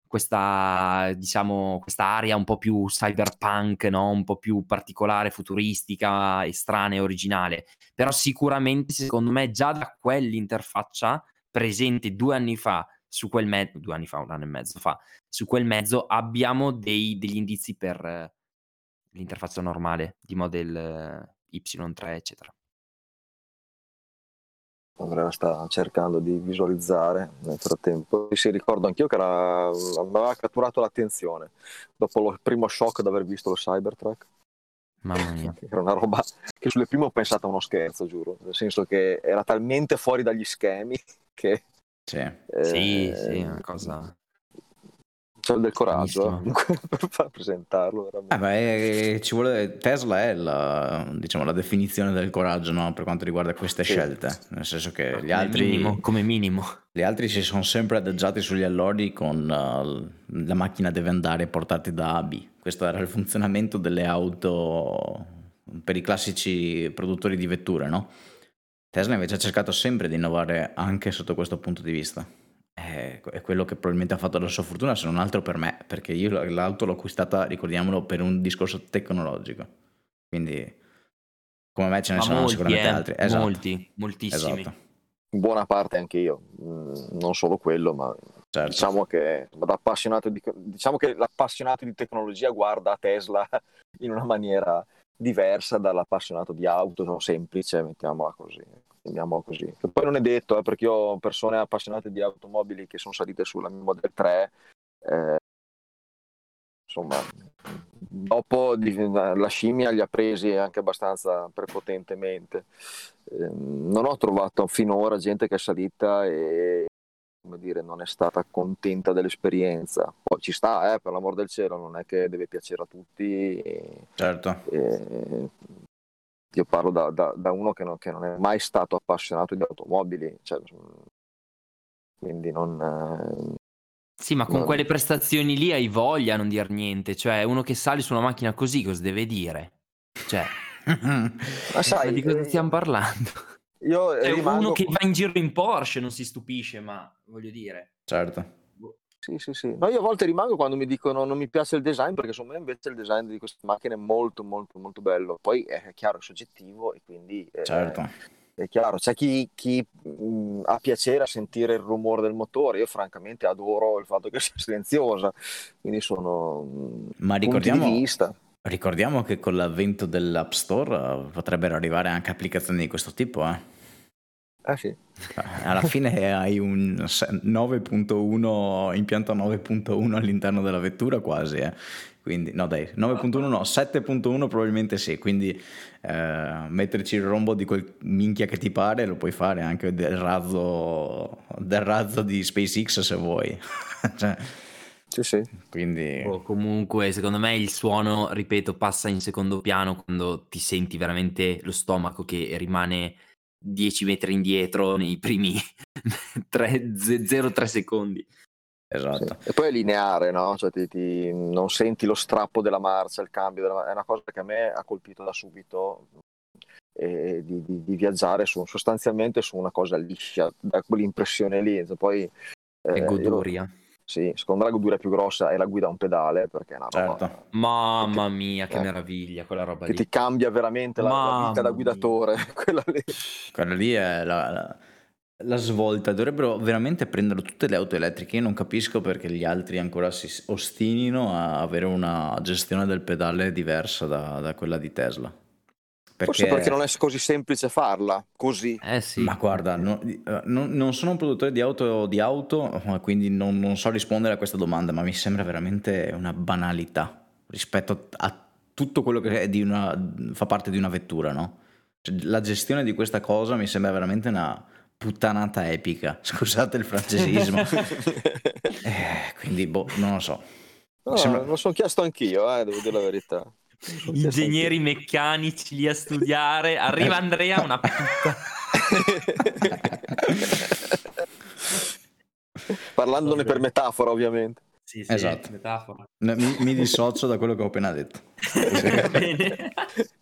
A: diciamo questa area un po' più cyberpunk, no? Un po' più particolare, futuristica, estranea e originale. Però sicuramente secondo me già da quell'interfaccia presente 2 anni fa su quel 2 anni fa, 1 anno e mezzo fa, su quel mezzo abbiamo degli indizi per l'interfaccia normale di Model Y3 eccetera.
C: Andrea sta cercando di visualizzare nel frattempo. Sì, ricordo anch'io che mi aveva catturato l'attenzione dopo il primo shock di aver visto lo Cybertruck.
A: Mamma mia.
C: Era una roba che sulle prime ho pensato a uno scherzo, giuro, nel senso che era talmente fuori dagli schemi che
A: Sì, una cosa
C: c'è del coraggio
A: stranissima.
C: per far presentarlo veramente.
B: Ci vuole, Tesla è la definizione del coraggio, no? Per quanto riguarda queste scelte, nel senso che
A: Come minimo.
B: Gli altri si sono sempre adagiati sugli allori con la macchina deve andare e portarti da A a B. Questo era il funzionamento delle auto per i classici produttori di vetture, no? Tesla invece ha cercato sempre di innovare anche sotto questo punto di vista. È quello che probabilmente ha fatto la sua fortuna, se non altro per me, perché io l'auto l'ho acquistata, ricordiamolo, per un discorso tecnologico. Quindi, come me, ce ne sono sicuramente altri. Esatto.
A: Moltissimi.
B: Esatto.
C: In buona parte anche io, non solo quello, ma
B: certo.
C: Diciamo che l'appassionato di tecnologia guarda a Tesla in una maniera diversa dall'appassionato di auto semplice, mettiamola così. Che poi non è detto, perché io ho persone appassionate di automobili che sono salite sulla mia Model 3, insomma, dopo la scimmia li ha presi anche abbastanza prepotentemente. Non ho trovato finora gente che è salita e come dire, non è stata contenta dell'esperienza. Poi ci sta, per l'amor del cielo, non è che deve piacere a tutti.
B: Certo.
C: Io parlo da uno che non è mai stato appassionato di automobili, cioè, quindi non...
A: Sì, ma con quelle prestazioni lì hai voglia a non dir niente, cioè uno che sale su una macchina così cosa deve dire? Cioè,
C: ma sai,
A: di cosa stiamo parlando?
C: Io
A: È
C: rimango...
A: uno che va in giro in Porsche non si stupisce, ma voglio dire.
B: Certo.
C: Sì. No, io a volte rimango quando mi dicono non mi piace il design, perché secondo me invece il design di queste macchine è molto molto molto bello. Poi è chiaro, è soggettivo e quindi
B: Certo.
C: è chiaro. C'è chi ha piacere a sentire il rumore del motore. Io francamente adoro il fatto che sia silenziosa, quindi sono
B: Ma
C: punti di vista.
B: ricordiamo che con l'avvento dell'App Store potrebbero arrivare anche applicazioni di questo tipo,
C: Sì.
B: Alla fine hai un 9.1 impianto 9.1 all'interno della vettura quasi, quindi no dai, 9.1 no, 7.1 probabilmente sì, quindi metterci il rombo di quel minchia che ti pare lo puoi fare anche del razzo di SpaceX se vuoi. Cioè,
C: Sì.
B: quindi
A: Comunque secondo me il suono, ripeto, passa in secondo piano quando ti senti veramente lo stomaco che rimane 10 metri indietro nei primi 0,3 secondi.
B: esatto.
C: Sì. E poi è lineare, no? Cioè non senti lo strappo della marcia, il cambio è una cosa che a me ha colpito da subito, di viaggiare sostanzialmente su una cosa liscia, da quell'impressione lì. Poi
A: È goduria.
C: Sì, secondo me la goduria più grossa è la guida a un pedale, perché è una roba...
B: Certo.
A: Mamma mia, che meraviglia quella roba
C: che
A: lì.
C: ti cambia veramente la vita da guidatore. Quella lì
B: è la svolta. Dovrebbero veramente prendere tutte le auto elettriche. Io non capisco perché gli altri ancora si ostinino a avere una gestione del pedale diversa da quella di Tesla.
C: Forse perché non è così semplice farla così.
A: Sì.
B: Ma guarda, non sono un produttore di auto, quindi non so rispondere a questa domanda, ma mi sembra veramente una banalità rispetto a tutto quello che fa parte di una vettura, no? Cioè, la gestione di questa cosa mi sembra veramente una puttanata epica. Scusate il francesismo. Quindi, non lo so.
C: No, lo sono chiesto anch'io, devo dire la verità.
A: Ingegneri meccanici lì a studiare. Arriva Andrea, una puttana.
C: Parlandone per metafora, ovviamente.
A: Sì,
B: esatto.
A: Metafora.
B: Mi dissocio da quello che ho appena detto.
A: Bene.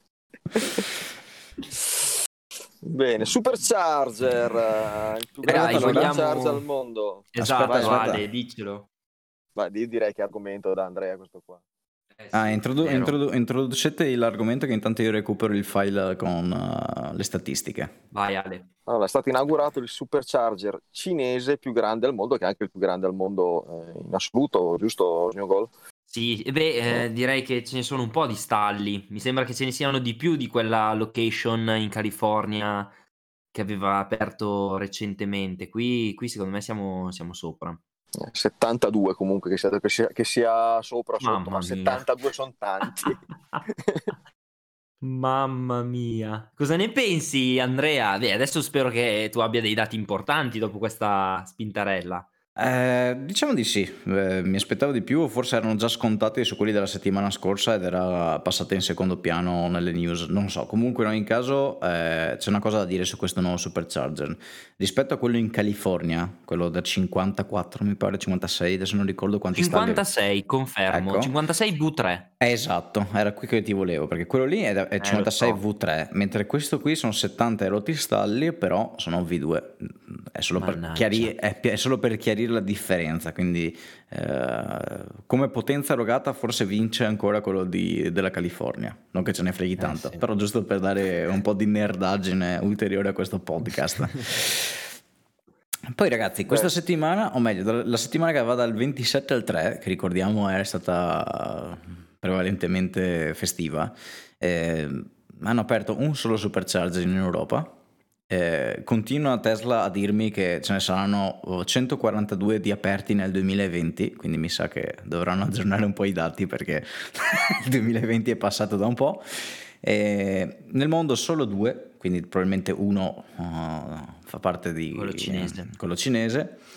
C: Bene, Supercharger, il più grande supercharger al mondo.
A: Esatto,
B: Aspetta.
A: Ale, diccelo.
C: Io direi che argomento da Andrea questo qua.
B: Introducete l'argomento che intanto io recupero il file con le statistiche.
A: Vai Ale.
C: Allora, è stato inaugurato il supercharger cinese più grande al mondo, che è anche il più grande al mondo in assoluto, giusto signor Gol?
A: Sì, direi che ce ne sono un po' di stalli. Mi sembra che ce ne siano di più di quella location in California che aveva aperto recentemente. Qui secondo me siamo sopra.
C: 72 comunque, che sia sopra o sotto,
A: Mamma
C: ma
A: mia.
C: 72 sono tanti.
A: Mamma mia. Cosa ne pensi, Andrea? Beh, adesso spero che tu abbia dei dati importanti dopo questa spintarella.
B: Diciamo di sì, mi aspettavo di più, forse erano già scontati su quelli della settimana scorsa ed era passata in secondo piano nelle news, non so. Comunque in ogni caso c'è una cosa da dire su questo nuovo supercharger. Rispetto a quello in California, quello da 54 mi pare, 56, adesso non ricordo quanti
A: 56, confermo,
B: ecco.
A: 56 V3.
B: Esatto, era qui che ti volevo, perché quello lì è 56 V3, mentre questo qui sono 70 erotti stalli, però sono V2. È solo per chiarire la differenza, quindi come potenza erogata forse vince ancora quello della California, non che ce ne freghi tanto, però giusto per dare un po' di nerdaggine ulteriore a questo podcast. Poi ragazzi, questa settimana, o meglio, la settimana che va dal 27 al 3, che ricordiamo è stata prevalentemente festiva, hanno aperto un solo supercharger in Europa. Continua Tesla a dirmi che ce ne saranno 142 di aperti nel 2020, quindi mi sa che dovranno aggiornare un po' i dati perché il 2020 è passato da un po'. Nel mondo solo 2, quindi probabilmente uno fa parte di quello cinese.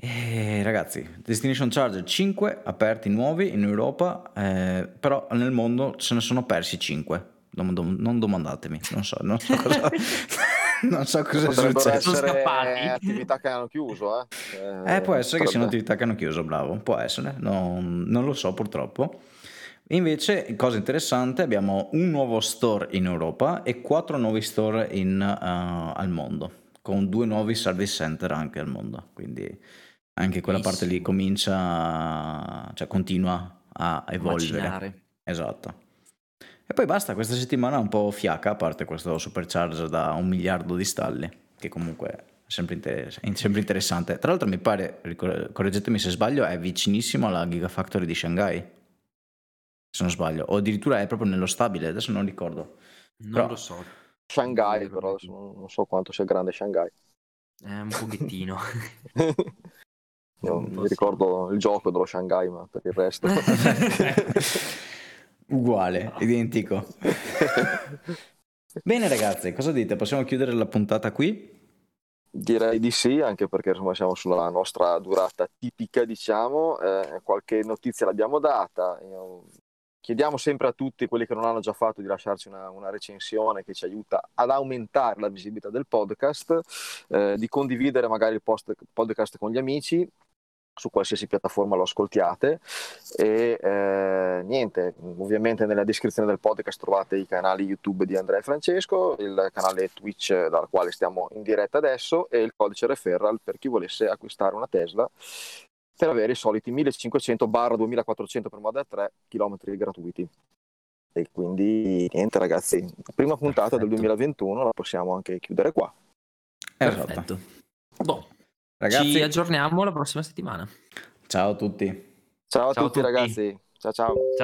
B: E ragazzi, Destination Charger 5 aperti nuovi in Europa, però nel mondo se ne sono persi 5. Non domandatemi, non so cosa, non so cosa è
C: Potrebbero
B: successo.
A: Sono
C: essere
A: scappati.
C: attività che hanno chiuso,
B: Può essere che siano
C: potrebbe.
B: attività che hanno chiuso, bravo, può essere, non lo so purtroppo. Invece, cosa interessante, abbiamo un nuovo store in Europa e 4 nuovi store al mondo, con 2 nuovi service center anche al mondo, quindi anche quella parte lì cioè continua a evolvere.
A: Macinare.
B: Esatto. E poi basta, questa settimana un po' fiaca, a parte questo supercharger da 1 miliardo di stalli, che comunque è sempre interessante. Tra l'altro mi pare, correggetemi se sbaglio, è vicinissimo alla Gigafactory di Shanghai, se non sbaglio, o addirittura è proprio nello stabile, adesso non ricordo.
A: Non lo so.
C: Shanghai, però adesso non so quanto sia grande Shanghai.
A: Un pochettino.
C: Io mi ricordo il gioco dello Shanghai, ma per il resto
B: uguale, identico. Bene ragazzi, cosa dite? Possiamo chiudere la puntata qui?
C: Direi di sì, anche perché insomma siamo sulla nostra durata tipica, diciamo. Qualche notizia l'abbiamo data. Chiediamo sempre a tutti quelli che non hanno già fatto di lasciarci una recensione che ci aiuta ad aumentare la visibilità del podcast, di condividere magari il podcast con gli amici su qualsiasi piattaforma lo ascoltiate e niente, ovviamente nella descrizione del podcast trovate i canali YouTube di Andrea e Francesco, il canale Twitch dal quale stiamo in diretta adesso e il codice referral per chi volesse acquistare una Tesla per avere i soliti 1500/2400 per Model 3 chilometri gratuiti. E quindi niente ragazzi, la prima puntata del 2021 la possiamo anche chiudere qua.
A: Perfetto. Boh,
B: Ragazzi,
A: ci aggiorniamo la prossima settimana.
B: ciao a tutti.
C: Ciao a
A: Ciao a
C: tutti
A: tutti.
C: ragazzi, ciao ciao.